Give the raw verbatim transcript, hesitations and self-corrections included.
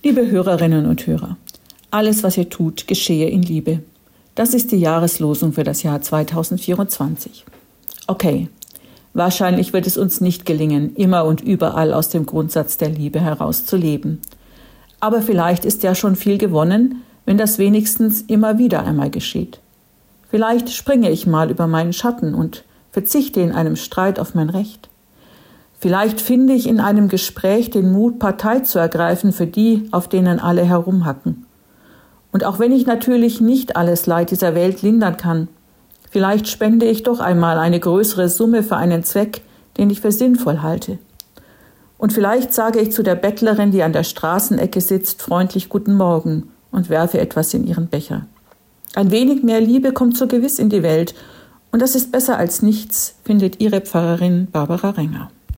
Liebe Hörerinnen und Hörer, alles, was ihr tut, geschehe in Liebe. Das ist die Jahreslosung für das Jahr zweitausendvierundzwanzig. Okay, wahrscheinlich wird es uns nicht gelingen, immer und überall aus dem Grundsatz der Liebe heraus zu leben. Aber vielleicht ist ja schon viel gewonnen, wenn das wenigstens immer wieder einmal geschieht. Vielleicht springe ich mal über meinen Schatten und verzichte in einem Streit auf mein Recht. Vielleicht finde ich in einem Gespräch den Mut, Partei zu ergreifen für die, auf denen alle herumhacken. Und auch wenn ich natürlich nicht alles Leid dieser Welt lindern kann, vielleicht spende ich doch einmal eine größere Summe für einen Zweck, den ich für sinnvoll halte. Und vielleicht sage ich zu der Bettlerin, die an der Straßenecke sitzt, freundlich Guten Morgen und werfe etwas in ihren Becher. Ein wenig mehr Liebe kommt so gewiss in die Welt, und das ist besser als nichts, findet Ihre Pfarrerin Barbara Renger.